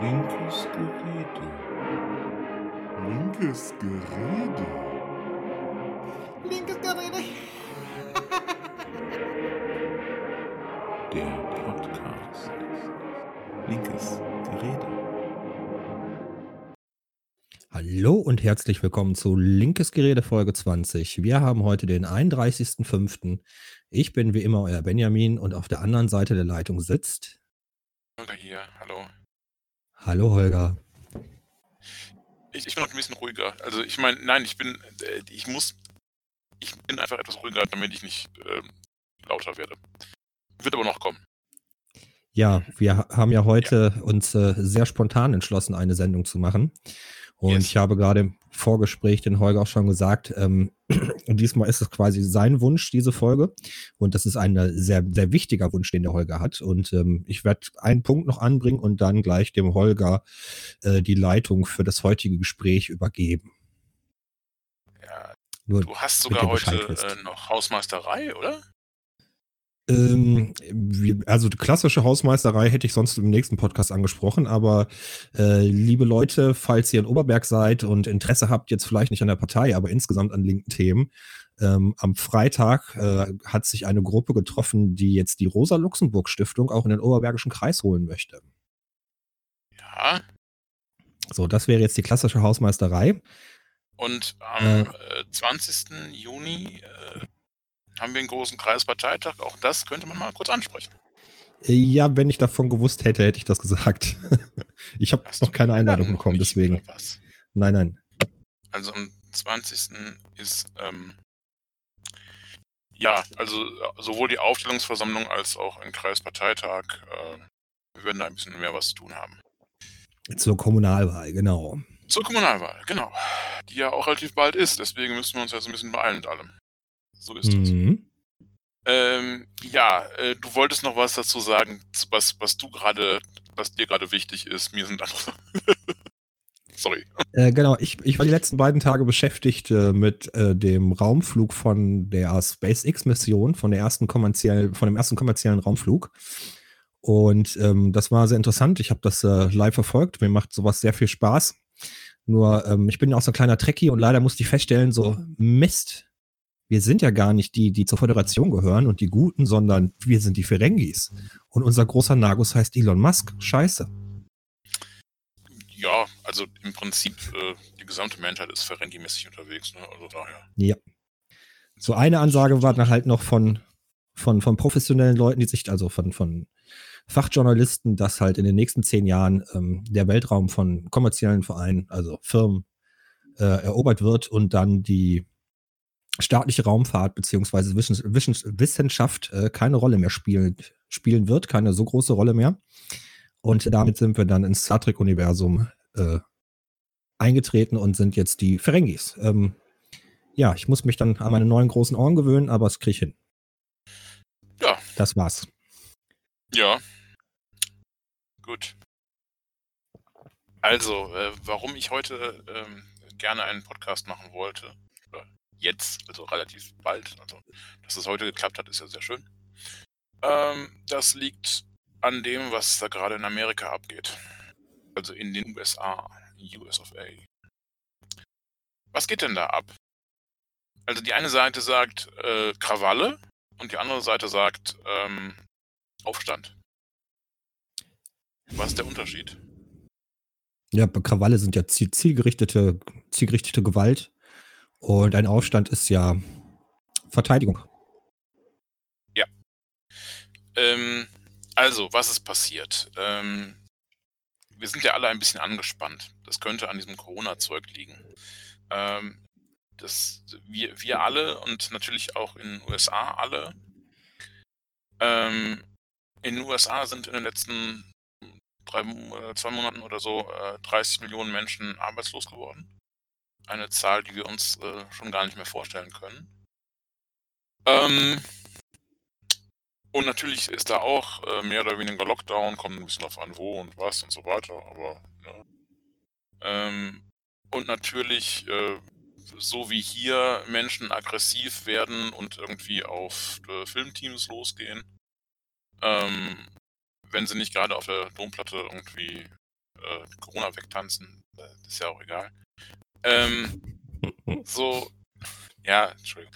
Linkes Gerede. Linkes Gerede. Linkes Gerede. Der Podcast. Linkes Gerede. Hallo und herzlich willkommen zu Linkes Gerede Folge 20. Wir haben heute den 31.05. Ich bin wie immer euer Benjamin und auf der anderen Seite der Leitung sitzt Holger hier, hallo. Hallo Holger. Ich bin noch ein bisschen ruhiger. Also ich meine, nein, ich bin einfach etwas ruhiger, damit ich nicht lauter werde. Wird aber noch kommen. Ja, wir haben ja heute uns sehr spontan entschlossen, eine Sendung zu machen. Und Yes. ich habe gerade im Vorgespräch den Holger auch schon gesagt, diesmal ist es quasi sein Wunsch, diese Folge. Und das ist ein sehr, sehr wichtiger Wunsch, den der Holger hat. Und ich werde einen Punkt noch anbringen und dann gleich dem Holger die Leitung für das heutige Gespräch übergeben. Ja, Nur, du hast damit sogar ihr Bescheid heute wisst. noch Hausmeisterei, oder? Also die klassische Hausmeisterei hätte ich sonst im nächsten Podcast angesprochen, aber liebe Leute, falls ihr in Oberberg seid und Interesse habt, jetzt vielleicht nicht an der Partei, aber insgesamt an linken Themen, am Freitag hat sich eine Gruppe getroffen, die jetzt die Rosa-Luxemburg-Stiftung auch in den Oberbergischen Kreis holen möchte. Ja. So, das wäre jetzt die klassische Hausmeisterei. Und am 20. Juni haben wir einen großen Kreisparteitag. Auch das könnte man mal kurz ansprechen. Ja, wenn ich davon gewusst hätte, hätte ich das gesagt. Ich habe noch keine Einladung bekommen, deswegen. Oder was? Nein. Also am 20. ist also sowohl die Aufstellungsversammlung als auch ein Kreisparteitag. Wir werden da ein bisschen mehr was zu tun haben. Zur Kommunalwahl, genau. Zur Kommunalwahl, genau. Die ja auch relativ bald ist, deswegen müssen wir uns ja so ein bisschen beeilen mit allem. So ist das. Du wolltest noch was dazu sagen, was dir gerade wichtig ist. Mir sind andere. Sorry. Genau, ich war die letzten beiden Tage beschäftigt mit dem Raumflug von der SpaceX-Mission, von dem ersten kommerziellen Raumflug. Und das war sehr interessant. Ich habe das live verfolgt. Mir macht sowas sehr viel Spaß. Nur, ich bin ja auch so ein kleiner Trekkie und leider musste ich feststellen, so Mist, wir sind ja gar nicht die, die zur Föderation gehören und die Guten, sondern wir sind die Ferengis. Und unser großer Nagus heißt Elon Musk. Scheiße. Ja, also im Prinzip die gesamte Menschheit ist Ferengi-mäßig unterwegs, ne? Also daher. Ja. So eine Ansage war dann halt noch von professionellen Leuten, die sich, also von Fachjournalisten, dass halt in den nächsten 10 Jahren der Weltraum von kommerziellen Vereinen, also Firmen, erobert wird und dann die staatliche Raumfahrt beziehungsweise Wissenschaft keine Rolle mehr spielen wird, keine so große Rolle mehr. Und damit sind wir dann ins Star Trek-Universum eingetreten und sind jetzt die Ferengis. Ja, ich muss mich dann an meine neuen großen Ohren gewöhnen, aber es kriege ich hin. Ja. Das war's. Ja. Gut. Also, warum ich heute gerne einen Podcast machen wollte, oder jetzt, also relativ bald, also dass es heute geklappt hat, ist ja sehr schön. Das liegt an dem, was da gerade in Amerika abgeht. Also in den USA, US of A. Was geht denn da ab? Also die eine Seite sagt Krawalle und die andere Seite sagt Aufstand. Was ist der Unterschied? Ja, Krawalle sind ja zielgerichtete Gewalt und ein Aufstand ist ja Verteidigung. Ja. Also, was ist passiert? Wir sind ja alle ein bisschen angespannt. Das könnte an diesem Corona-Zeug liegen. Wir alle und natürlich auch in den USA alle. In den USA sind in den letzten 2 Monaten oder so 30 Millionen Menschen arbeitslos geworden. Eine Zahl, die wir uns schon gar nicht mehr vorstellen können. Und natürlich ist da auch mehr oder weniger Lockdown, kommt ein bisschen auf an wo und was und so weiter, aber ja. Und natürlich, so wie hier Menschen aggressiv werden und irgendwie auf Filmteams losgehen, wenn sie nicht gerade auf der Domplatte irgendwie Corona wegtanzen. Ist ja auch egal. Ja, Entschuldigung.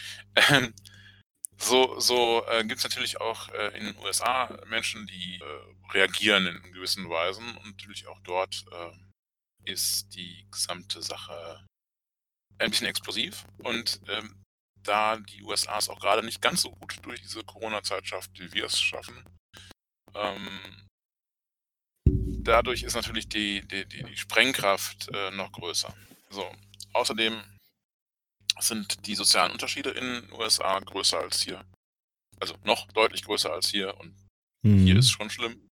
Gibt es natürlich auch in den USA Menschen, die reagieren in gewissen Weisen. Und natürlich auch dort ist die gesamte Sache ein bisschen explosiv. Und da die USA es auch gerade nicht ganz so gut durch diese Corona-Zeit schafft, wie wir es schaffen, dadurch ist natürlich die Sprengkraft noch größer. So, außerdem sind die sozialen Unterschiede in den USA größer als hier. Also noch deutlich größer als hier und hier ist schon schlimm.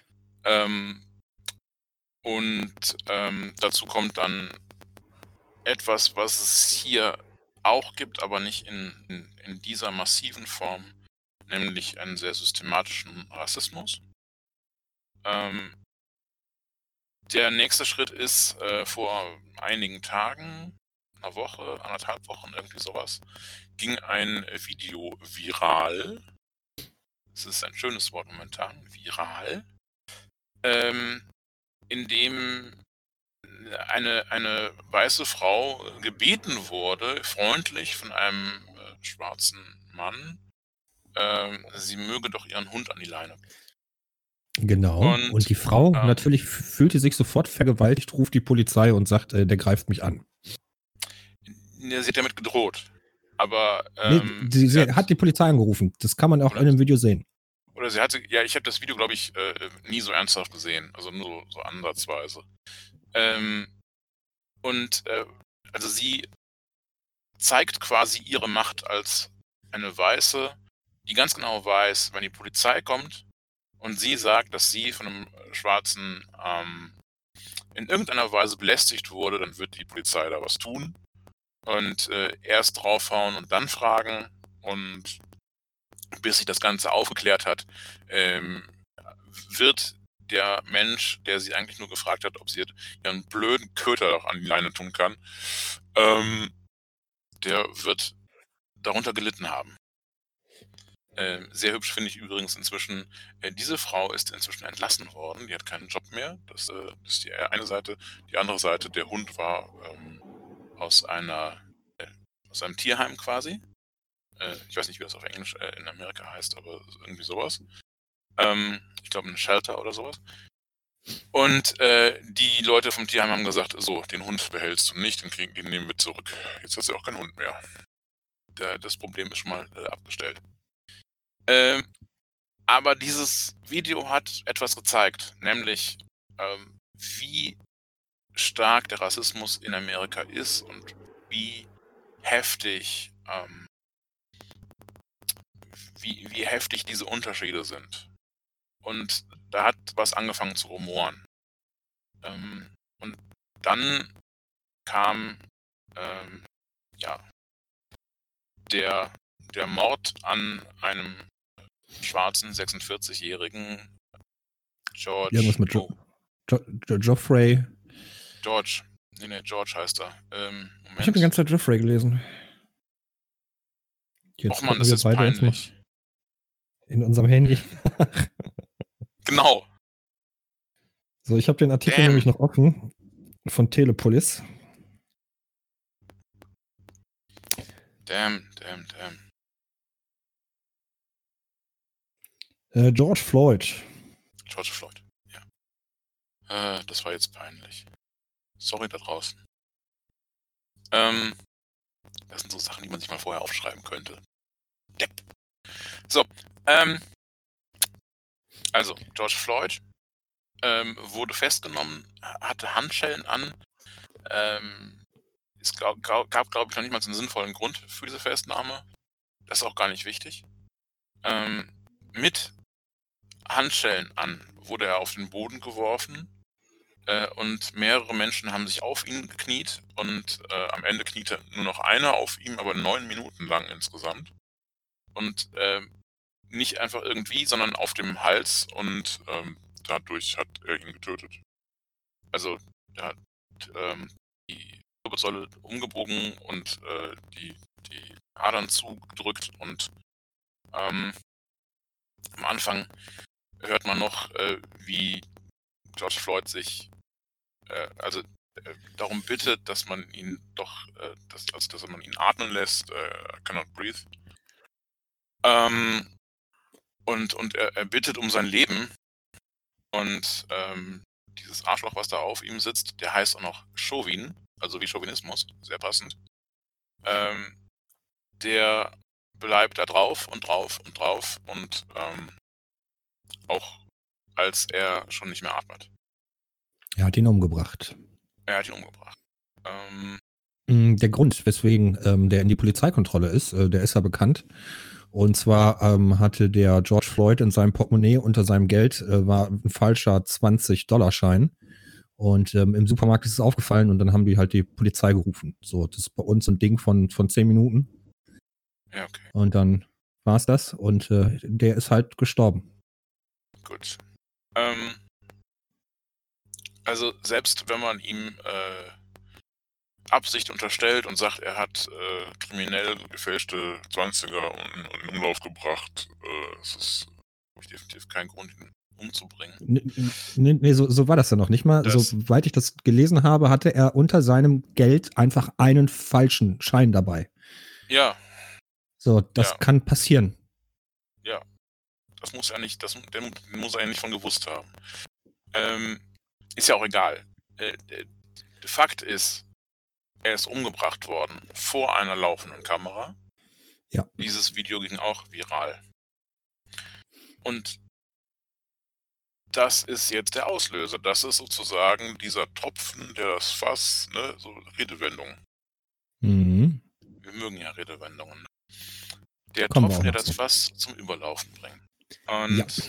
Dazu kommt dann etwas, was es hier auch gibt, aber nicht in dieser massiven Form, nämlich einen sehr systematischen Rassismus. Der nächste Schritt ist, vor einigen Tagen, einer Woche, 1,5 Wochen, irgendwie sowas, ging ein Video viral. Das ist ein schönes Wort momentan, viral, in dem eine weiße Frau gebeten wurde, freundlich von einem schwarzen Mann, sie möge doch ihren Hund an die Leine. Genau. Und die Frau natürlich fühlte sich sofort vergewaltigt, ruft die Polizei und sagt, der greift mich an. Sie hat damit gedroht. Aber sie hat die Polizei angerufen. Das kann man auch in dem Video sehen. Oder sie hatte, ja, ich habe das Video, glaube ich, nie so ernsthaft gesehen. Also nur so ansatzweise. Also sie zeigt quasi ihre Macht als eine Weiße, die ganz genau weiß, wenn die Polizei kommt und sie sagt, dass sie von einem Schwarzen in irgendeiner Weise belästigt wurde, dann wird die Polizei da was tun und erst draufhauen und dann fragen, und bis sich das Ganze aufgeklärt hat, wird der Mensch, der sie eigentlich nur gefragt hat, ob sie ihren blöden Köter doch an die Leine tun kann, der wird darunter gelitten haben. Sehr hübsch finde ich übrigens inzwischen, diese Frau ist inzwischen entlassen worden, die hat keinen Job mehr. Das ist die eine Seite. Die andere Seite, der Hund war aus einem Tierheim quasi. Ich weiß nicht, wie das auf Englisch in Amerika heißt, aber irgendwie sowas. Ich glaube ein Shelter oder sowas. Und die Leute vom Tierheim haben gesagt, so, den Hund behältst du nicht, den nehmen wir zurück. Jetzt hast du auch keinen Hund mehr. Das Problem ist schon mal abgestellt. Aber dieses Video hat etwas gezeigt, nämlich wie stark der Rassismus in Amerika ist und wie heftig wie heftig diese Unterschiede sind. Und da hat was angefangen zu rumoren. Und dann kam der Mord an einem schwarzen 46-jährigen George. Irgendwas mit Geoffrey. George. Nee, George heißt er. Moment. Ich habe die ganze Zeit Geoffrey gelesen. Jetzt Och man, das ist peinlich. In unserem Handy. Genau. So, ich habe den Artikel nämlich noch offen von Telepolis. Damn. George Floyd. George Floyd, ja. Das war jetzt peinlich. Sorry da draußen. Das sind so Sachen, die man sich mal vorher aufschreiben könnte. Depp. So, also George Floyd wurde festgenommen, hatte Handschellen an. Es gab, glaube ich, noch nicht mal einen sinnvollen Grund für diese Festnahme. Das ist auch gar nicht wichtig. Mit Handschellen an wurde er auf den Boden geworfen und mehrere Menschen haben sich auf ihn gekniet und am Ende kniete nur noch einer auf ihm, aber 9 Minuten lang insgesamt. Und nicht einfach irgendwie, sondern auf dem Hals und dadurch hat er ihn getötet. Also er hat die Wirbelsäule umgebogen und die Adern zugedrückt und am Anfang hört man noch, wie George Floyd sich darum bittet, dass man ihn doch, dass man ihn atmen lässt, cannot breathe. Und er bittet um sein Leben. Und dieses Arschloch, was da auf ihm sitzt, der heißt auch noch Chauvin, also wie Chauvinismus, sehr passend. Der bleibt da drauf und drauf und drauf und auch als er schon nicht mehr atmet. Er hat ihn umgebracht. Er hat ihn umgebracht. Der Grund, weswegen der in die Polizeikontrolle ist, der ist ja bekannt. Und zwar hatte der George Floyd in seinem Portemonnaie unter seinem Geld war ein falscher 20-Dollar-Schein. Und im Supermarkt ist es aufgefallen und dann haben die halt die Polizei gerufen. So, das ist bei uns ein Ding von 10 Minuten. Ja, okay. Und dann war es das und der ist halt gestorben. Gut. Also selbst wenn man ihm Absicht unterstellt und sagt, er hat kriminell gefälschte 20er in Umlauf gebracht, es ist definitiv kein Grund, ihn umzubringen. Nee, so war das ja noch nicht mal. Soweit ich das gelesen habe, hatte er unter seinem Geld einfach einen falschen Schein dabei. Ja. So, das kann passieren. Ja. Das muss er nicht, den muss er ja nicht von gewusst haben. Ist ja auch egal. Fakt ist, er ist umgebracht worden vor einer laufenden Kamera. Ja. Dieses Video ging auch viral. Und das ist jetzt der Auslöser. Das ist sozusagen dieser Tropfen, der das Fass, ne, so Redewendungen. Mhm. Wir mögen ja Redewendungen. Der Kommen Tropfen, wir der auch noch das zu. Fass zum Überlaufen bringt. Und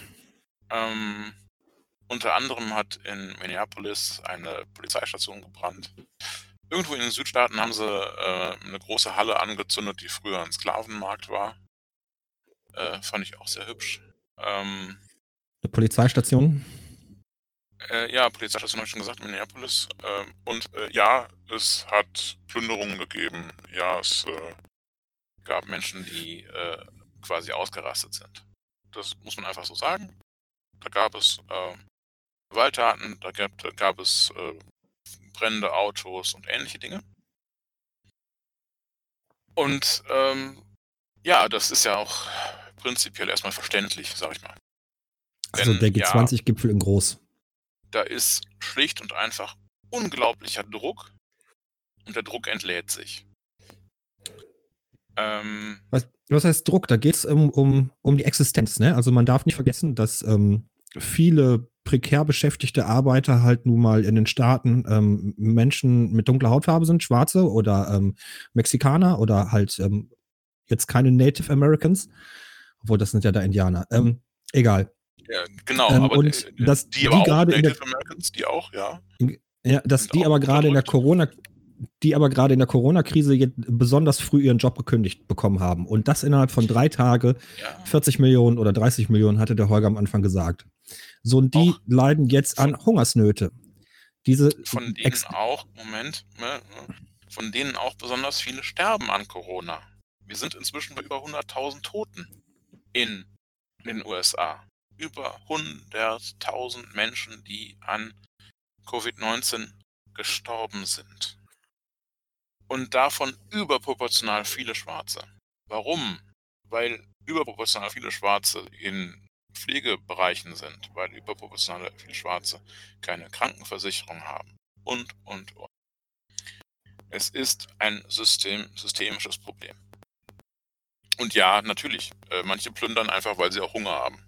unter anderem hat in Minneapolis eine Polizeistation gebrannt. Irgendwo in den Südstaaten haben sie eine große Halle angezündet, die früher ein Sklavenmarkt war. Fand ich auch sehr hübsch. Eine Polizeistation? Ja, Polizeistation habe ich schon gesagt, in Minneapolis. Und ja, es hat Plünderungen gegeben. Ja, es gab Menschen, die quasi ausgerastet sind. Das muss man einfach so sagen. Da gab es Gewalttaten, da gab es brennende Autos und ähnliche Dinge. Und ja, das ist ja auch prinzipiell erstmal verständlich, sag ich mal. Also Denn, der G20-Gipfel in groß. Da ist schlicht und einfach unglaublicher Druck und der Druck entlädt sich. Was heißt Druck? Da geht es um die Existenz, ne? Also man darf nicht vergessen, dass viele prekär beschäftigte Arbeiter halt nun mal in den Staaten Menschen mit dunkler Hautfarbe sind, Schwarze oder Mexikaner oder halt jetzt keine Native Americans, obwohl das sind ja da Indianer. Egal. Ja, genau, aber und dass die aber auch gerade Native Americans, die auch, ja. Ja, dass die aber gerade in der Corona-Krise besonders früh ihren Job gekündigt bekommen haben. Und das innerhalb von 3 Tagen, 40 Millionen oder 30 Millionen, hatte der Holger am Anfang gesagt. So, und die leiden jetzt an Hungersnöte. Von denen auch, von denen auch besonders viele sterben an Corona. Wir sind inzwischen bei über 100.000 Toten in den USA. Über 100.000 Menschen, die an Covid-19 gestorben sind. Und davon überproportional viele Schwarze. Warum? Weil überproportional viele Schwarze in Pflegebereichen sind, weil überproportional viele Schwarze keine Krankenversicherung haben und. Es ist ein systemisches Problem. Und ja, natürlich, manche plündern einfach, weil sie auch Hunger haben.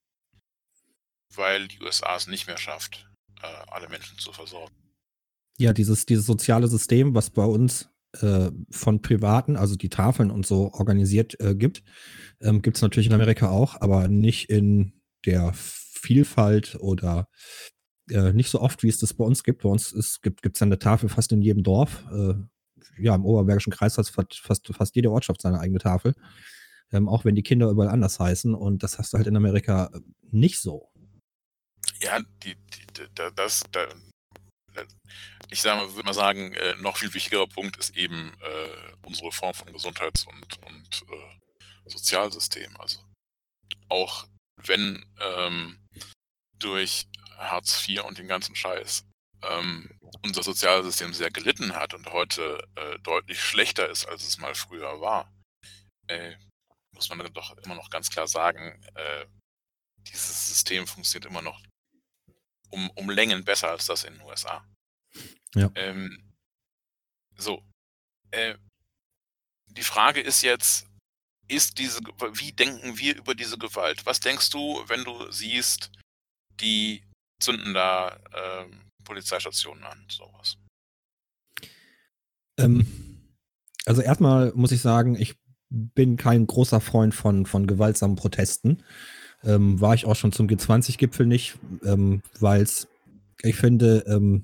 Weil die USA es nicht mehr schafft, alle Menschen zu versorgen. Ja, dieses soziale System, was bei uns von Privaten, also die Tafeln und so organisiert gibt es natürlich in Amerika auch, aber nicht in der Vielfalt oder nicht so oft, wie es das bei uns gibt. Bei uns gibt es eine Tafel fast in jedem Dorf. Ja, im Oberbergischen Kreis hat fast jede Ortschaft seine eigene Tafel. Auch wenn die Kinder überall anders heißen. Und das hast du halt in Amerika nicht so. Ja, ich würde mal sagen, noch viel wichtigerer Punkt ist eben unsere Form von Gesundheits- und Sozialsystem. Also auch wenn durch Hartz IV und den ganzen Scheiß unser Sozialsystem sehr gelitten hat und heute deutlich schlechter ist, als es mal früher war, muss man dann doch immer noch ganz klar sagen, dieses System funktioniert immer noch um Längen besser als das in den USA. Ja. So, die Frage ist jetzt, wie denken wir über diese Gewalt? Was denkst du, wenn du siehst, die zünden da Polizeistationen an, sowas? Also erstmal muss ich sagen, ich bin kein großer Freund von gewaltsamen Protesten. War ich auch schon zum G20-Gipfel nicht, weil ich finde,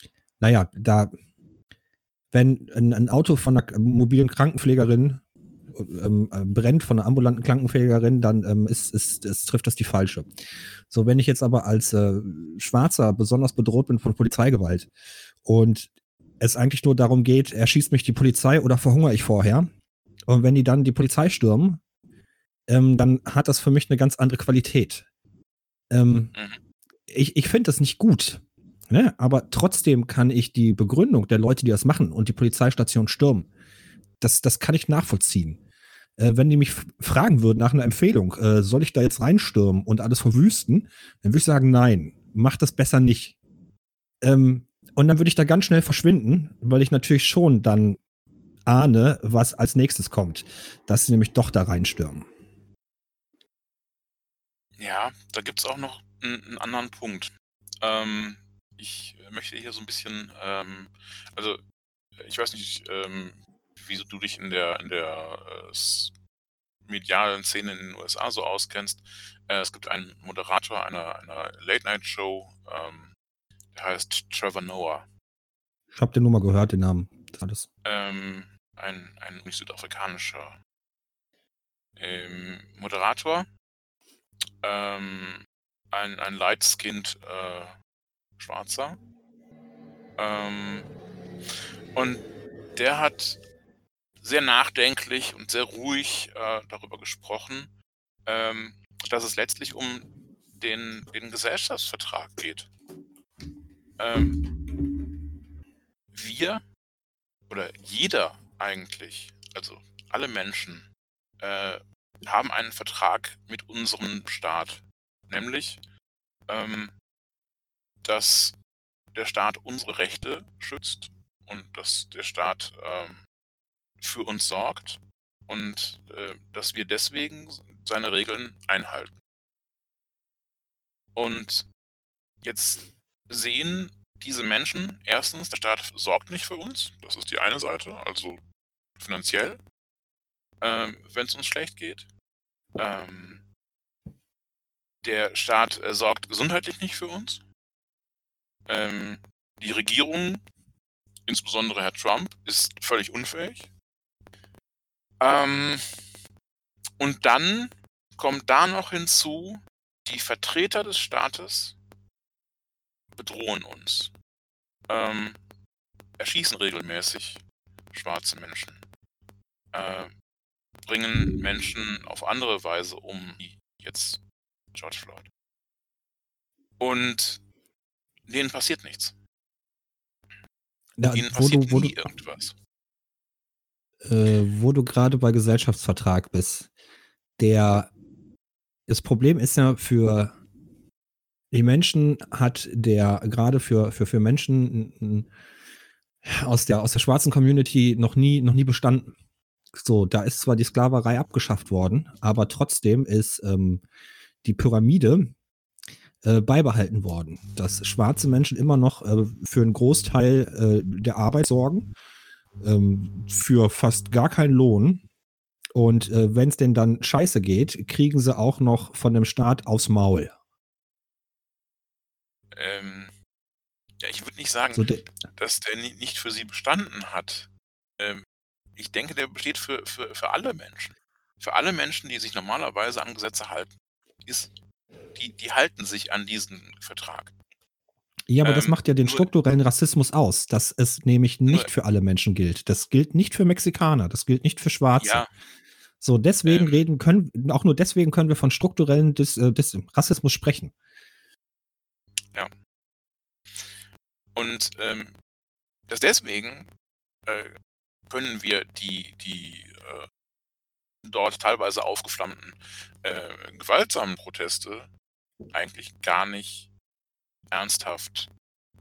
wenn ein Auto von einer mobilen Krankenpflegerin brennt, von einer ambulanten Krankenpflegerin, dann trifft das die falsche. So, wenn ich jetzt aber als Schwarzer besonders bedroht bin von Polizeigewalt und es eigentlich nur darum geht, erschießt mich die Polizei oder verhungere ich vorher, und wenn die dann die Polizei stürmen, dann hat das für mich eine ganz andere Qualität. Ich finde das nicht gut, ne? Aber trotzdem kann ich die Begründung der Leute, die das machen und die Polizeistation stürmen, das kann ich nachvollziehen. Wenn die mich fragen würden nach einer Empfehlung, soll ich da jetzt reinstürmen und alles verwüsten, dann würde ich sagen, nein, mach das besser nicht. Und dann würde ich da ganz schnell verschwinden, weil ich natürlich schon dann ahne, was als nächstes kommt, dass sie nämlich doch da reinstürmen. Ja, da gibt es auch noch einen anderen Punkt. Ich möchte hier so ein bisschen, also ich weiß nicht, wie du dich in der medialen Szene in den USA so auskennst. Es gibt einen Moderator einer Late-Night-Show, der heißt Trevor Noah. Ich habe den nur mal gehört, den Namen. Das alles. Ein südafrikanischer Moderator, ein light-skinned Schwarzer. Und der hat sehr nachdenklich und sehr ruhig darüber gesprochen, dass es letztlich um den Gesellschaftsvertrag geht. Wir oder jeder eigentlich, also alle Menschen, haben einen Vertrag mit unserem Staat, nämlich, dass der Staat unsere Rechte schützt und dass der Staat für uns sorgt und dass wir deswegen seine Regeln einhalten. Und jetzt sehen diese Menschen erstens, der Staat sorgt nicht für uns, das ist die eine Seite, also finanziell, wenn es uns schlecht geht. Der Staat sorgt gesundheitlich nicht für uns. Die Regierung, insbesondere Herr Trump, ist völlig unfähig. Und dann kommt da noch hinzu, die Vertreter des Staates bedrohen uns, erschießen regelmäßig schwarze Menschen, bringen Menschen auf andere Weise um, wie jetzt George Floyd. Und denen passiert nichts. Denen passiert nie irgendwas. Wo du gerade bei Gesellschaftsvertrag bist, das Problem ist ja, für die Menschen hat der, gerade für Menschen aus der schwarzen Community noch nie bestanden. So, da ist zwar die Sklaverei abgeschafft worden, aber trotzdem ist die Pyramide beibehalten worden, dass schwarze Menschen immer noch für einen Großteil der Arbeit sorgen, für fast gar keinen Lohn. Und wenn es denn dann scheiße geht, kriegen sie auch noch von dem Staat aufs Maul. Ja, ich würde nicht sagen, dass der nicht für sie bestanden hat. Ich denke, der besteht für alle Menschen. Für alle Menschen, die sich normalerweise an Gesetze halten. Die halten sich an diesen Vertrag. Ja, aber das macht ja den strukturellen Rassismus aus, dass es nämlich nicht für alle Menschen gilt. Das gilt nicht für Mexikaner, das gilt nicht für Schwarze. Ja. So, deswegen können wir von strukturellen Rassismus sprechen. Ja. Und deswegen können wir die dort teilweise aufgeflammten gewaltsamen Proteste eigentlich gar nicht ernsthaft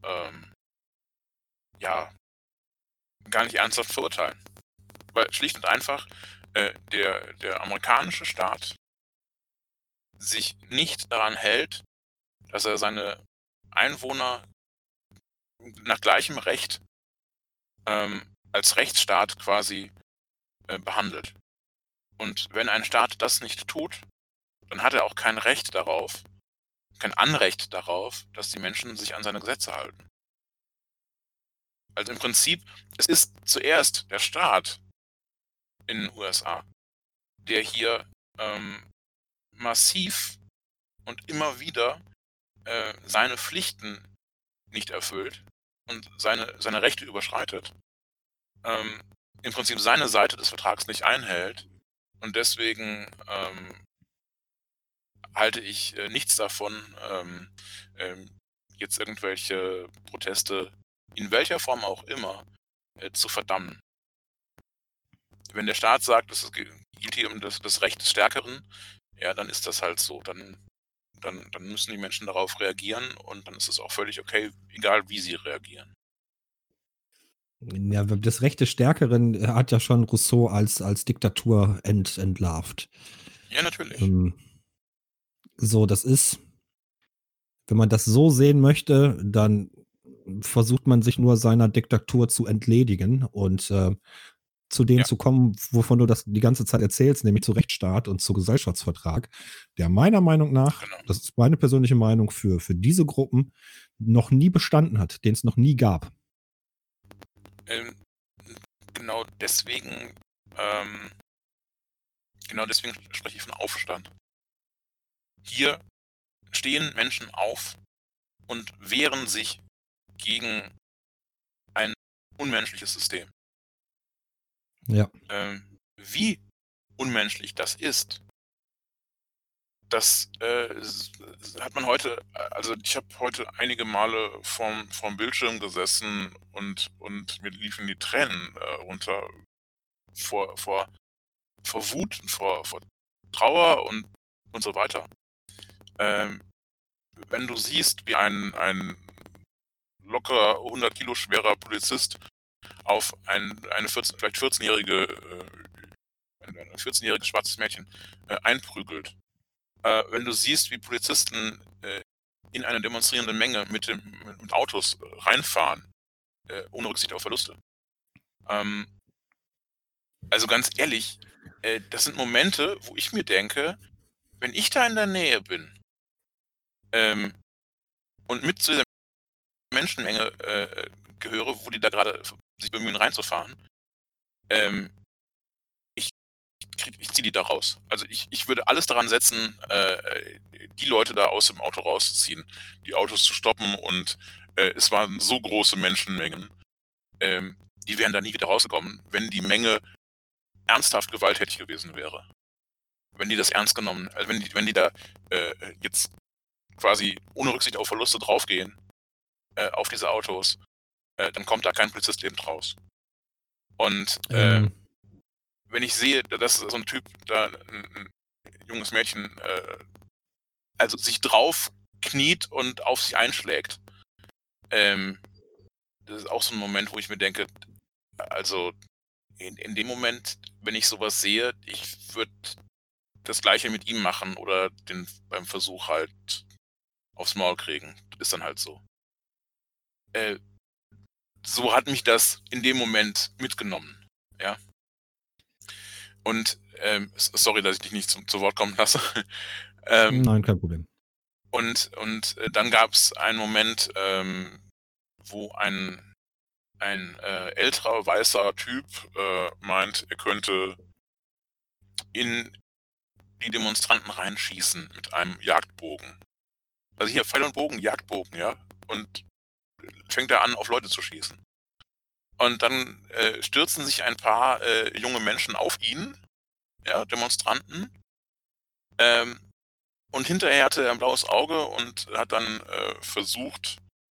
verurteilen. Weil schlicht und einfach der amerikanische Staat sich nicht daran hält, dass er seine Einwohner nach gleichem Recht als Rechtsstaat quasi behandelt. Und wenn ein Staat das nicht tut, dann hat er auch kein Recht darauf, kein Anrecht darauf, dass die Menschen sich an seine Gesetze halten. Also im Prinzip, es ist zuerst der Staat in den USA, der hier massiv und immer wieder seine Pflichten nicht erfüllt und seine Rechte überschreitet. Im Prinzip seine Seite des Vertrags nicht einhält. Und deswegen halte ich nichts davon, jetzt irgendwelche Proteste, in welcher Form auch immer, zu verdammen. Wenn der Staat sagt, es geht hier um das Recht des Stärkeren, ja, dann ist das halt so. Dann müssen die Menschen darauf reagieren und dann ist es auch völlig okay, egal wie sie reagieren. Ja, das Recht des Stärkeren hat ja schon Rousseau als Diktatur entlarvt. Ja, natürlich. So, das ist, wenn man das so sehen möchte, dann versucht man sich nur seiner Diktatur zu entledigen und zu dem zu kommen, wovon du das die ganze Zeit erzählst, nämlich zu Rechtsstaat und zu Gesellschaftsvertrag, der meiner Meinung nach, das ist meine persönliche Meinung, für diese Gruppen noch nie bestanden hat, den es noch nie gab. Genau deswegen spreche ich von Aufstand. Hier stehen Menschen auf und wehren sich gegen ein unmenschliches System. Ja. Wie unmenschlich das ist, das hat man heute, also ich habe heute einige Male vorm Bildschirm gesessen und mir liefen die Tränen runter vor Wut, vor Trauer und so weiter. Wenn du siehst, wie ein locker 100 Kilo schwerer Polizist auf vielleicht 14-jähriges schwarzes Mädchen einprügelt, wenn du siehst, wie Polizisten in eine demonstrierende Menge mit Autos reinfahren, ohne Rücksicht auf Verluste. Also ganz ehrlich, das sind Momente, wo ich mir denke, wenn ich da in der Nähe bin und mit zu dieser Menschenmenge gehöre, wo die da gerade sich bemühen reinzufahren, ich ziehe die da raus. Also ich würde alles daran setzen, die Leute da aus dem Auto rauszuziehen, die Autos zu stoppen und es waren so große Menschenmengen, die wären da nie wieder rausgekommen, wenn die Menge ernsthaft gewalttätig gewesen wäre. Wenn die das ernst genommen, also wenn die da jetzt quasi ohne Rücksicht auf Verluste draufgehen auf diese Autos, dann kommt da kein Polizist lebend raus. Und wenn ich sehe, dass so ein Typ da ein junges Mädchen also sich drauf kniet und auf sie einschlägt, das ist auch so ein Moment, wo ich mir denke, also in dem Moment, wenn ich sowas sehe, ich würde das Gleiche mit ihm machen oder den beim Versuch halt aufs Maul kriegen. Das ist dann halt so. So hat mich das in dem Moment mitgenommen, ja. Und sorry, dass ich dich nicht zu Wort kommen lasse. Nein, kein Problem. Und dann gab es einen Moment, wo ein älterer weißer Typ meint, er könnte in die Demonstranten reinschießen mit einem Jagdbogen. Also hier Pfeil und Bogen, Jagdbogen, ja. Und fängt er an, auf Leute zu schießen. Und dann stürzen sich ein paar junge Menschen auf ihn, ja, Demonstranten. Und hinterher hatte er ein blaues Auge und hat dann versucht,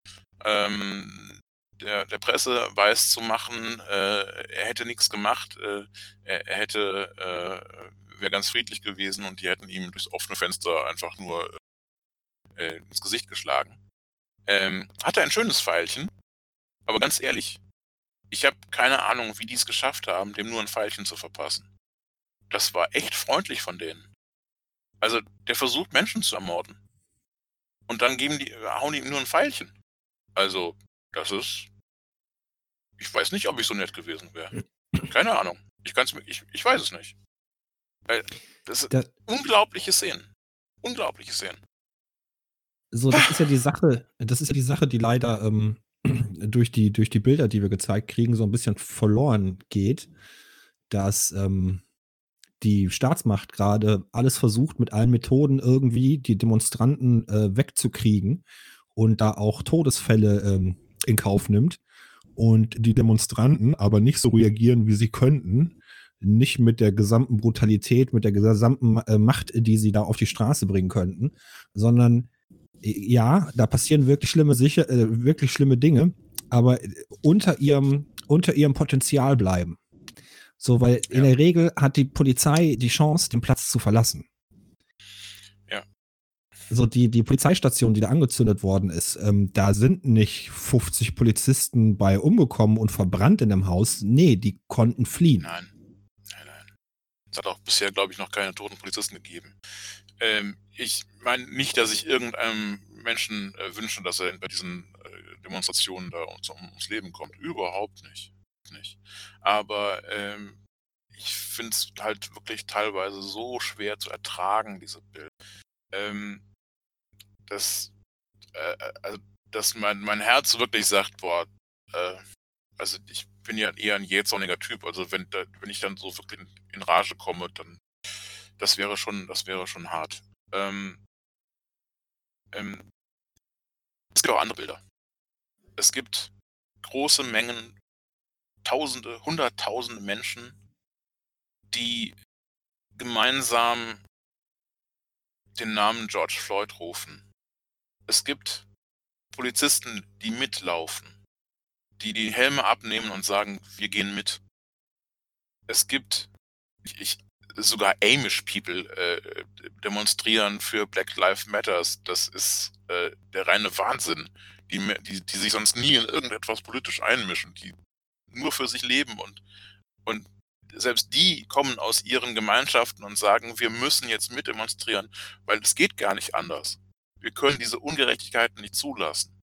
der Presse weiszumachen, er hätte nichts gemacht, er wäre ganz friedlich gewesen und die hätten ihm durchs offene Fenster einfach nur ins Gesicht geschlagen. Hatte ein schönes Pfeilchen, aber ganz ehrlich, ich habe keine Ahnung, wie die es geschafft haben, dem nur ein Pfeilchen zu verpassen. Das war echt freundlich von denen. Also, der versucht, Menschen zu ermorden. Und dann hauen die ihm nur ein Pfeilchen. Also, das ist. Ich weiß nicht, ob ich so nett gewesen wäre. Keine Ahnung. Ich weiß es nicht. Weil das sind unglaubliche Szenen. Unglaubliche Szenen. So, das ist ja die Sache, die leider durch die Bilder, die wir gezeigt kriegen, so ein bisschen verloren geht, dass die Staatsmacht gerade alles versucht, mit allen Methoden irgendwie die Demonstranten wegzukriegen und da auch Todesfälle in Kauf nimmt und die Demonstranten aber nicht so reagieren, wie sie könnten, nicht mit der gesamten Brutalität, mit der gesamten Macht, die sie da auf die Straße bringen könnten, sondern ja, da passieren wirklich schlimme Dinge, aber unter ihrem Potenzial bleiben. So, weil in der Regel hat die Polizei die Chance, den Platz zu verlassen. Ja. So, die Polizeistation, die da angezündet worden ist, da sind nicht 50 Polizisten bei umgekommen und verbrannt in dem Haus. Nee, die konnten fliehen. Nein. Es hat auch bisher, glaube ich, noch keine toten Polizisten gegeben. Ich meine nicht, dass ich irgendeinem Menschen wünsche, dass er bei diesen Demonstrationen da ums Leben kommt. Überhaupt nicht. Aber ich finde es halt wirklich teilweise so schwer zu ertragen, diese Bilder. Dass mein Herz wirklich sagt, boah, also ich bin ja eher ein jähzorniger Typ. Also wenn ich dann so wirklich in Rage komme, dann das wäre schon hart. Es gibt auch andere Bilder. Es gibt große Mengen, Tausende, Hunderttausende Menschen, die gemeinsam den Namen George Floyd rufen. Es gibt Polizisten, die mitlaufen, die Helme abnehmen und sagen, wir gehen mit. Es gibt sogar Amish People demonstrieren für Black Lives Matters. Das ist der reine Wahnsinn. Die sich sonst nie in irgendetwas politisch einmischen, die nur für sich leben und selbst die kommen aus ihren Gemeinschaften und sagen, wir müssen jetzt mitdemonstrieren, weil es geht gar nicht anders. Wir können diese Ungerechtigkeiten nicht zulassen.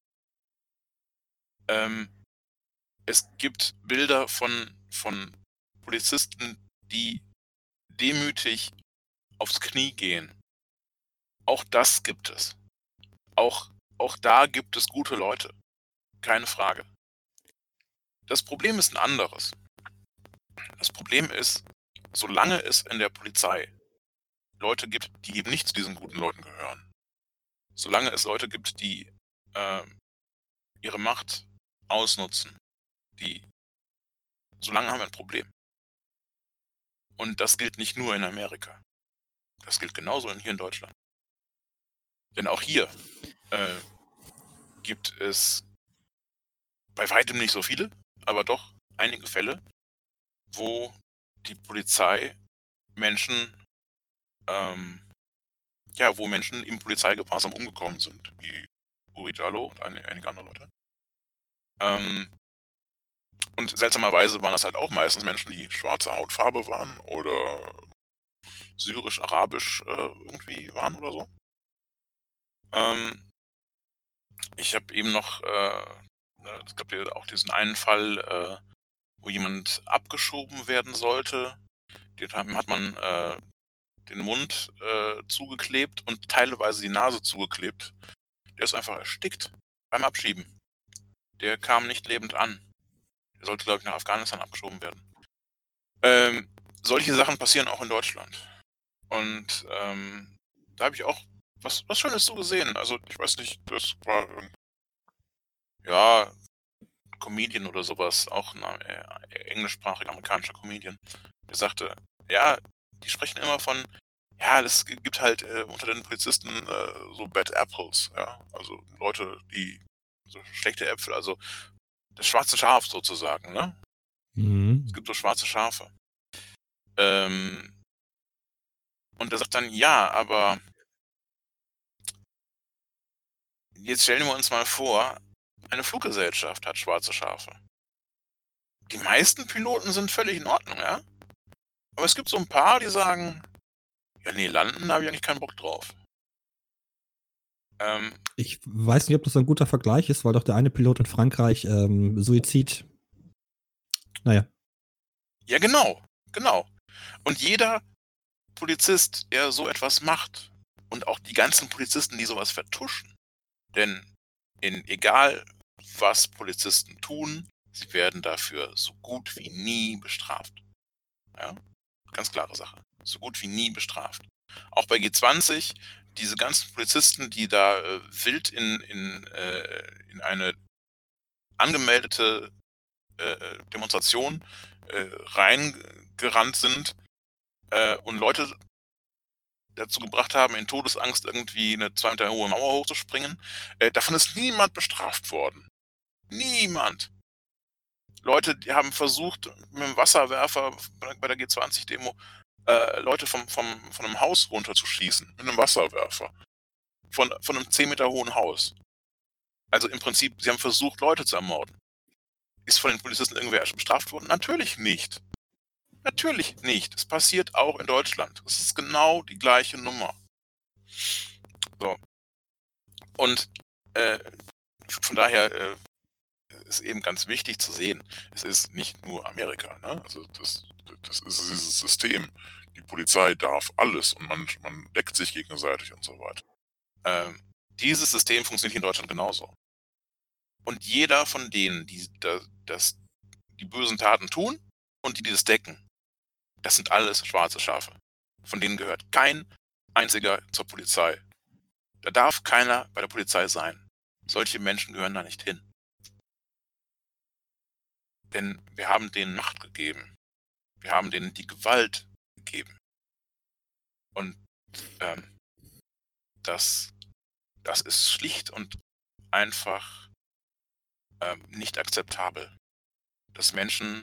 Es gibt Bilder von Polizisten, die demütig aufs Knie gehen. Auch das gibt es. Auch da gibt es gute Leute. Keine Frage. Das Problem ist ein anderes. Das Problem ist, solange es in der Polizei Leute gibt, die eben nicht zu diesen guten Leuten gehören, solange es Leute gibt, die ihre Macht ausnutzen, solange haben wir ein Problem. Und das gilt nicht nur in Amerika. Das gilt genauso hier in Deutschland. Denn auch hier gibt es bei weitem nicht so viele, aber doch einige Fälle, wo die Polizei Menschen im Polizeigewahrsam umgekommen sind, wie Uri Jallo und einige andere Leute. Und seltsamerweise waren das halt auch meistens Menschen, die schwarze Hautfarbe waren oder syrisch-arabisch irgendwie waren oder so. Ich habe eben noch, es gab ja auch diesen einen Fall, wo jemand abgeschoben werden sollte. Den hat man den Mund zugeklebt und teilweise die Nase zugeklebt. Der ist einfach erstickt beim Abschieben. Der kam nicht lebend an. Der sollte, glaube ich, nach Afghanistan abgeschoben werden. Solche Sachen passieren auch in Deutschland. Und da habe ich auch was Schönes so gesehen. Also ich weiß nicht, das war Comedian oder sowas, auch ein englischsprachiger amerikanischer Comedian, der sagte, ja, die sprechen immer von, ja, es gibt halt unter den Polizisten so Bad Apples, ja, also Leute, die so schlechte Äpfel, also das schwarze Schaf sozusagen, ne? Es gibt so schwarze Schafe. Und er sagt dann, ja, aber jetzt stellen wir uns mal vor, eine Fluggesellschaft hat schwarze Schafe. Die meisten Piloten sind völlig in Ordnung, ja? Aber es gibt so ein paar, die sagen, ja, nee, landen habe ich eigentlich keinen Bock drauf. Ich weiß nicht, ob das ein guter Vergleich ist, weil doch der eine Pilot in Frankreich Suizid. Naja. Ja, genau. Und jeder Polizist, der so etwas macht, und auch die ganzen Polizisten, die sowas vertuschen, denn egal was Polizisten tun, sie werden dafür so gut wie nie bestraft. Ja, ganz klare Sache. So gut wie nie bestraft. Auch bei G20, diese ganzen Polizisten, die da wild in eine angemeldete Demonstration reingerannt sind und Leute dazu gebracht haben, in Todesangst irgendwie eine 2 Meter hohe Mauer hochzuspringen. Davon ist niemand bestraft worden. Niemand. Leute, die haben versucht, mit dem Wasserwerfer bei der G20-Demo Leute von einem Haus runterzuschießen. Mit einem Wasserwerfer. Von einem 10 Meter hohen Haus. Also im Prinzip, sie haben versucht, Leute zu ermorden. Ist von den Polizisten irgendwer bestraft worden? Natürlich nicht. Natürlich nicht. Es passiert auch in Deutschland. Es ist genau die gleiche Nummer. So. Und von daher ist eben ganz wichtig zu sehen, es ist nicht nur Amerika. Ne? Also das ist dieses System. Die Polizei darf alles und man deckt sich gegenseitig und so weiter. Dieses System funktioniert hier in Deutschland genauso. Und jeder von denen, die die bösen Taten tun und die das decken, das sind alles schwarze Schafe. Von denen gehört kein einziger zur Polizei. Da darf keiner bei der Polizei sein. Solche Menschen gehören da nicht hin. Denn wir haben denen Macht gegeben. Wir haben denen die Gewalt gegeben. Und das ist schlicht und einfach nicht akzeptabel. Dass Menschen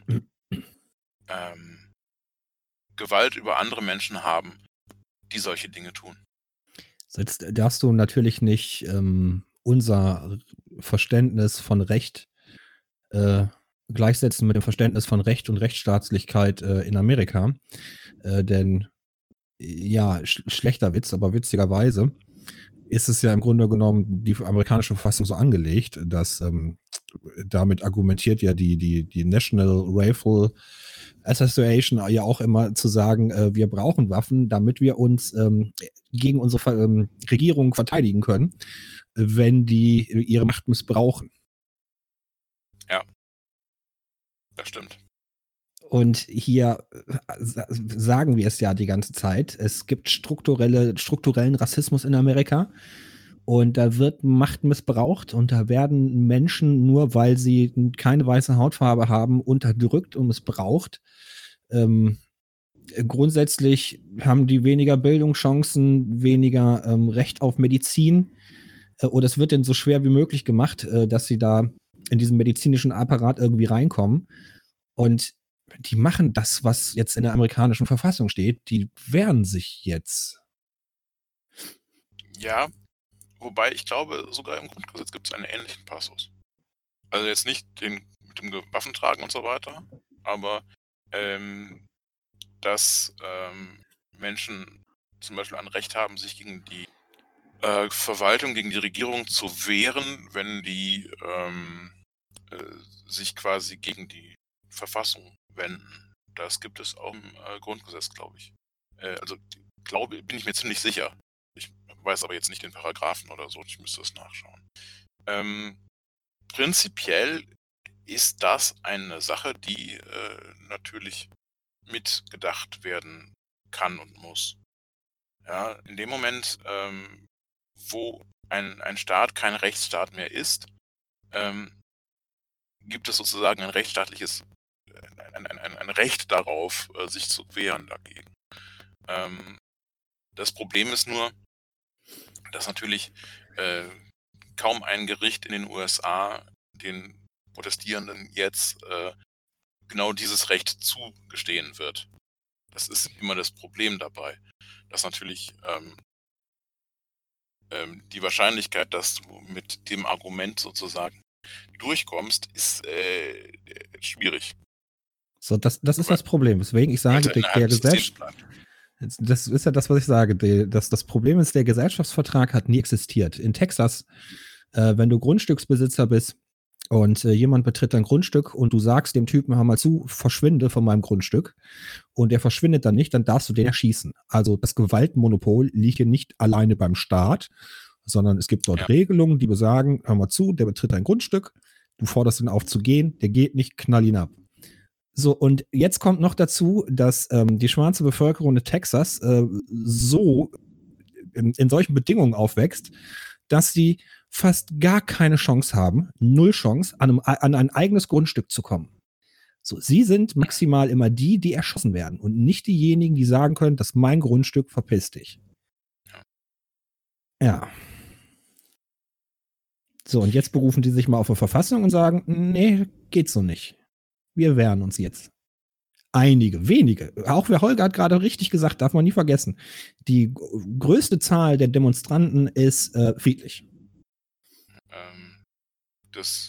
Gewalt über andere Menschen haben, die solche Dinge tun. Jetzt darfst du natürlich nicht unser Verständnis von Recht gleichsetzen mit dem Verständnis von Recht und Rechtsstaatlichkeit in Amerika. Denn ja, schlechter Witz, aber witzigerweise ist es ja im Grunde genommen die amerikanische Verfassung so angelegt, dass damit argumentiert ja die National Rifle Association ja auch immer zu sagen, wir brauchen Waffen, damit wir uns gegen unsere Regierung verteidigen können, wenn die ihre Macht missbrauchen. Ja, das stimmt. Und hier sagen wir es ja die ganze Zeit, es gibt strukturellen Rassismus in Amerika und da wird Macht missbraucht und da werden Menschen, nur weil sie keine weiße Hautfarbe haben, unterdrückt und missbraucht. Grundsätzlich haben die weniger Bildungschancen, weniger Recht auf Medizin oder es wird denen so schwer wie möglich gemacht, dass sie da in diesen medizinischen Apparat irgendwie reinkommen. Und die machen das, was jetzt in der amerikanischen Verfassung steht. Die wehren sich jetzt. Ja, wobei ich glaube, sogar im Grundgesetz gibt es einen ähnlichen Passus. Also jetzt nicht mit dem Waffentragen und so weiter, aber dass Menschen zum Beispiel ein Recht haben, sich gegen die Verwaltung, gegen die Regierung zu wehren, wenn die sich quasi gegen die Verfassung wenden. Das gibt es auch im Grundgesetz, glaube ich. Bin ich mir ziemlich sicher. Ich weiß aber jetzt nicht den Paragraphen oder so, ich müsste es nachschauen. Prinzipiell ist das eine Sache, die natürlich mitgedacht werden kann und muss. Ja, in dem Moment, wo ein Staat kein Rechtsstaat mehr ist, gibt es sozusagen ein rechtsstaatliches ein Recht darauf, sich zu wehren dagegen. Das Problem ist nur, dass natürlich kaum ein Gericht in den USA den Protestierenden jetzt genau dieses Recht zugestehen wird. Das ist immer das Problem dabei, dass natürlich die Wahrscheinlichkeit, dass du mit dem Argument sozusagen durchkommst, ist schwierig. So, das ist das Problem. Deswegen, ich sage, der Gesellschaft. Das ist ja das, was ich sage. Das Problem ist, der Gesellschaftsvertrag hat nie existiert. In Texas, wenn du Grundstücksbesitzer bist und jemand betritt dein Grundstück und du sagst dem Typen, hör mal zu, verschwinde von meinem Grundstück und der verschwindet dann nicht, dann darfst du den erschießen. Also das Gewaltmonopol liegt hier nicht alleine beim Staat, sondern es gibt dort Regelungen, die besagen, hör mal zu, der betritt dein Grundstück, du forderst ihn auf zu gehen, der geht nicht, knall ihn ab. So, und jetzt kommt noch dazu, dass die schwarze Bevölkerung in Texas so in solchen Bedingungen aufwächst, dass sie fast gar keine Chance haben, null Chance, an ein eigenes Grundstück zu kommen. So, sie sind maximal immer die erschossen werden und nicht diejenigen, die sagen können, das ist mein Grundstück, verpiss dich. Ja. So, und jetzt berufen die sich mal auf eine Verfassung und sagen, nee, geht so nicht. Wir wehren uns jetzt. Einige, wenige. Auch wer Holger hat gerade richtig gesagt, darf man nie vergessen. Die größte Zahl der Demonstranten ist friedlich. Das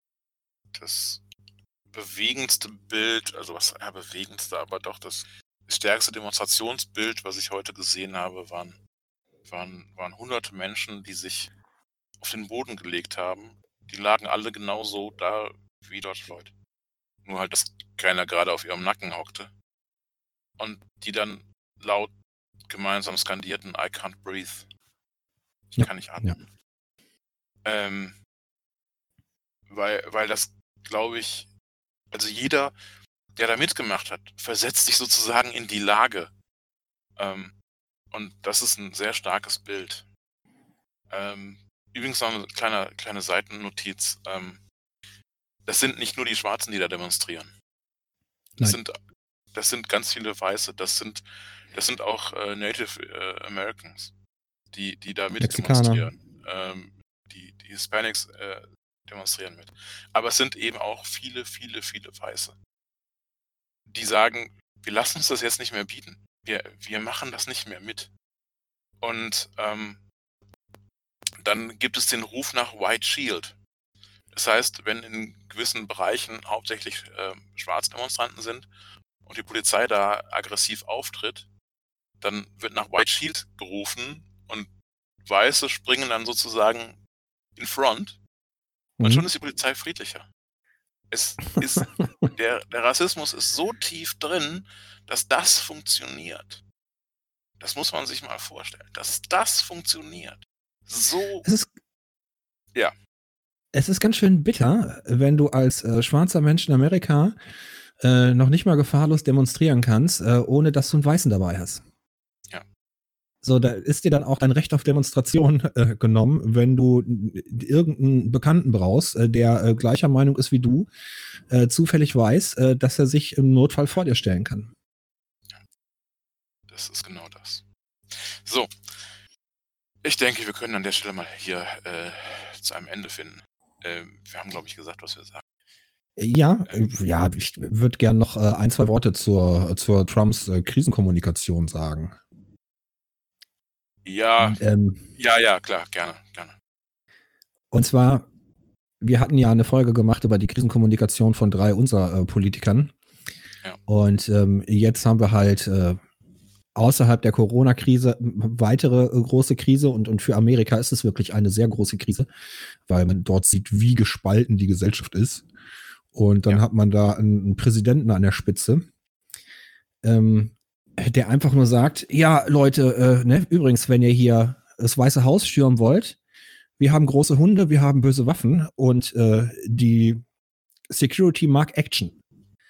bewegendste Bild, also was bewegendste, aber doch das stärkste Demonstrationsbild, was ich heute gesehen habe, waren hunderte Menschen, die sich auf den Boden gelegt haben. Die lagen alle genauso da wie George Floyd. Nur halt, dass keiner gerade auf ihrem Nacken hockte. Und die dann laut gemeinsam skandierten, I can't breathe. Ich kann nicht atmen. Ja. Weil das, glaube ich, also jeder, der da mitgemacht hat, versetzt sich sozusagen in die Lage. Und das ist ein sehr starkes Bild. Übrigens noch eine kleine Seitennotiz. Das sind nicht nur die Schwarzen, die da demonstrieren. Das sind ganz viele Weiße. Das sind auch Native Americans, die da mit demonstrieren. Die Hispanics demonstrieren mit. Aber es sind eben auch viele, viele, viele Weiße, die sagen, wir lassen uns das jetzt nicht mehr bieten. Wir machen das nicht mehr mit. Und dann gibt es den Ruf nach White Shield. Das heißt, wenn in gewissen Bereichen hauptsächlich Schwarzdemonstranten sind und die Polizei da aggressiv auftritt, dann wird nach White Shield gerufen und Weiße springen dann sozusagen in Front und schon ist die Polizei friedlicher. Der Rassismus ist so tief drin, dass das funktioniert. Das muss man sich mal vorstellen, dass das funktioniert. So. Es ist ganz schön bitter, wenn du als schwarzer Mensch in Amerika noch nicht mal gefahrlos demonstrieren kannst, ohne dass du einen Weißen dabei hast. Ja. So, da ist dir dann auch dein Recht auf Demonstration genommen, wenn du irgendeinen Bekannten brauchst, der gleicher Meinung ist wie du, zufällig weiß, dass er sich im Notfall vor dir stellen kann. Ja. Das ist genau das. So. Ich denke, wir können an der Stelle mal hier zu einem Ende finden. Wir haben, glaube ich, gesagt, was wir sagen. Ja, ich würde gerne noch ein, zwei Worte zur Trumps Krisenkommunikation sagen. Ja, klar, gerne. Und zwar, wir hatten ja eine Folge gemacht über die Krisenkommunikation von 3 unserer Politikern. Ja. Und jetzt haben wir halt außerhalb der Corona-Krise weitere große Krise und für Amerika ist es wirklich eine sehr große Krise, weil man dort sieht, wie gespalten die Gesellschaft ist. Und dann hat man da einen Präsidenten an der Spitze, der einfach nur sagt, ja Leute, übrigens, wenn ihr hier das Weiße Haus stürmen wollt, wir haben große Hunde, wir haben böse Waffen und die Security mag Action.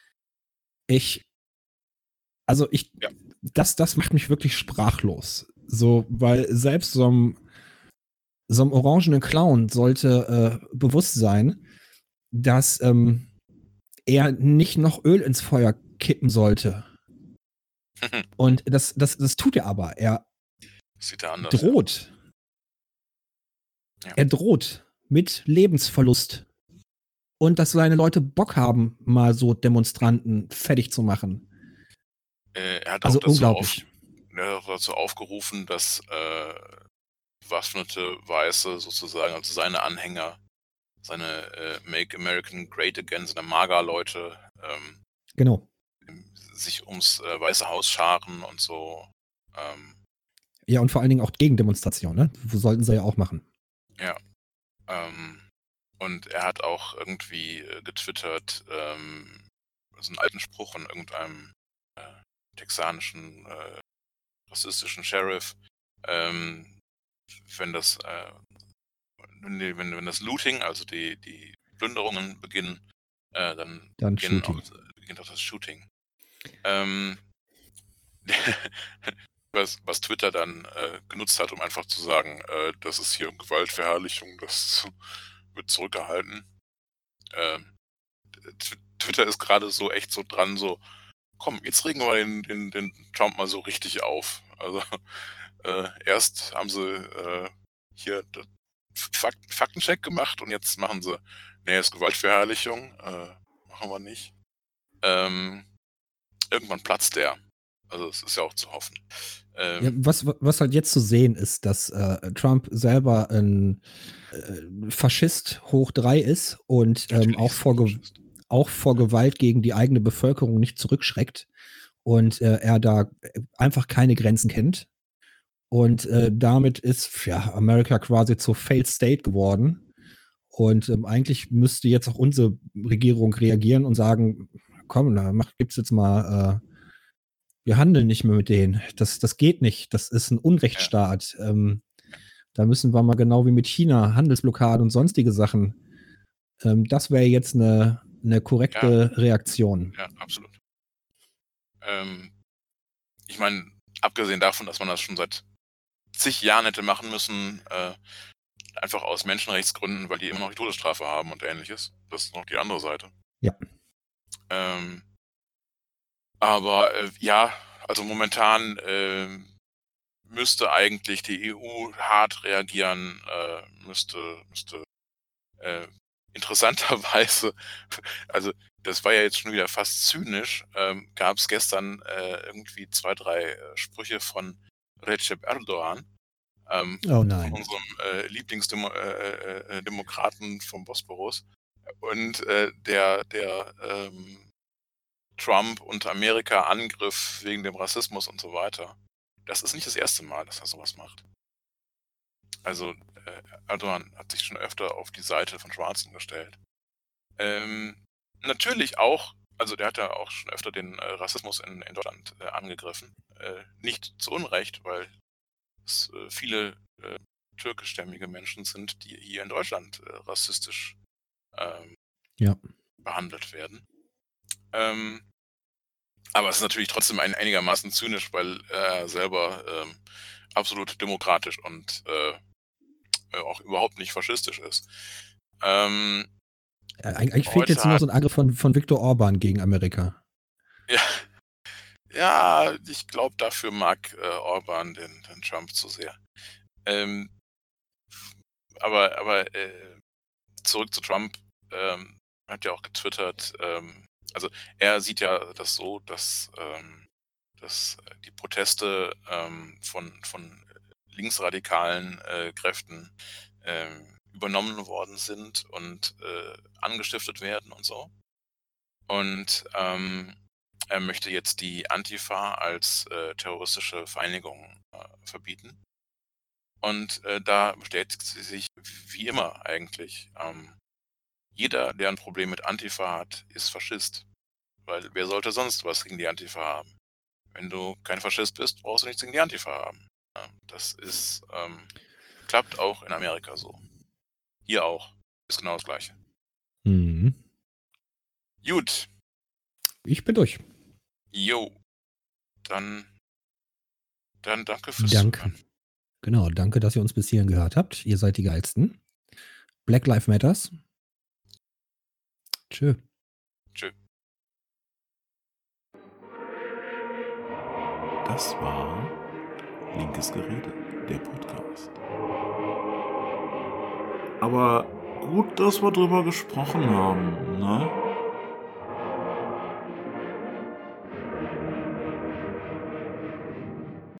Das macht mich wirklich sprachlos. So, weil selbst so einem orangenen Clown sollte bewusst sein, dass er nicht noch Öl ins Feuer kippen sollte. Und das tut er aber. Er sieht er anders, droht. Ja. Er droht mit Lebensverlust. Und dass seine Leute Bock haben, mal so Demonstranten fertig zu machen. Er hat Also auch unglaublich. dazu aufgerufen, dass bewaffnete Weiße sozusagen, also seine Anhänger, seine Make American Great Again, seine MAGA-Leute, Genau. sich ums Weiße Haus scharen und so. Ja, und vor allen Dingen auch Gegendemonstrationen, ne? Sollten sie ja auch machen. Ja. Und er hat auch irgendwie getwittert, so einen alten Spruch von irgendeinem texanischen rassistischen Sheriff, wenn das wenn das Looting, also die Plünderungen beginnen, dann beginnt Shooting. auch das Shooting. Was Twitter dann genutzt hat, um einfach zu sagen, das ist hier Gewaltverherrlichung, das wird zurückgehalten. Twitter ist gerade so echt so dran, so, komm, jetzt regen wir den Trump mal so richtig auf. Also erst haben sie hier Faktencheck gemacht und jetzt machen sie, nee, ist Gewaltverherrlichung, machen wir nicht. Irgendwann platzt der. Also es ist ja auch zu hoffen. Ja, was halt jetzt zu sehen ist, dass Trump selber ein Faschist hoch 3 ist und auch vor Gewalt gegen die eigene Bevölkerung nicht zurückschreckt und er da einfach keine Grenzen kennt. Und damit ist ja Amerika quasi zur Failed State geworden. Und eigentlich müsste jetzt auch unsere Regierung reagieren und sagen, komm, gibt's jetzt mal wir handeln nicht mehr mit denen. Das geht nicht. Das ist ein Unrechtsstaat. Ja. Da müssen wir mal genau wie mit China, Handelsblockade und sonstige Sachen. Das wäre jetzt eine korrekte Reaktion. Ja, absolut. Ich meine, abgesehen davon, dass man das schon seit zig Jahren hätte machen müssen, einfach aus Menschenrechtsgründen, weil die immer noch die Todesstrafe haben und ähnliches. Das ist noch die andere Seite. Ja. Aber ja, also momentan müsste eigentlich die EU hart reagieren, müsste interessanterweise, also das war ja jetzt schon wieder fast zynisch, gab es gestern irgendwie 2, 3 Sprüche von Recep Erdogan, Oh nein. von unserem Lieblingsdemokraten vom Bosporus. Und der Trump und Amerika Angriff wegen dem Rassismus und so weiter. Das ist nicht das erste Mal, dass er sowas macht. Also Erdogan hat sich schon öfter auf die Seite von Schwarzen gestellt. Natürlich auch, also der hat ja auch schon öfter den Rassismus in Deutschland angegriffen. Nicht zu Unrecht, weil es viele türkischstämmige Menschen sind, die hier in Deutschland rassistisch behandelt werden. Aber es ist natürlich trotzdem einigermaßen zynisch, weil er selber absolut demokratisch und auch überhaupt nicht faschistisch ist. Eigentlich fehlt jetzt nur noch so ein Angriff von Viktor Orban gegen Amerika. Ja, ich glaube, dafür mag Orban den Trump zu sehr. Aber zurück zu Trump, hat ja auch getwittert, also er sieht ja das so, dass die Proteste von linksradikalen Kräften übernommen worden sind und angestiftet werden und so. Und er möchte jetzt die Antifa als terroristische Vereinigung verbieten. Und da bestätigt sie sich wie immer eigentlich. Jeder, der ein Problem mit Antifa hat, ist Faschist. Weil wer sollte sonst was gegen die Antifa haben? Wenn du kein Faschist bist, brauchst du nichts gegen die Antifa haben. Ja, das ist, klappt auch in Amerika so. Hier auch. Ist genau das Gleiche. Mhm. Gut. Ich bin durch. Jo. Dann danke fürs Zuhören. Genau, danke, dass ihr uns bis hierhin gehört habt. Ihr seid die Geilsten. Black Lives Matters. Tschö. Tschö. Das war Linkes Gerede, der Podcast. Aber gut, dass wir drüber gesprochen haben, ne?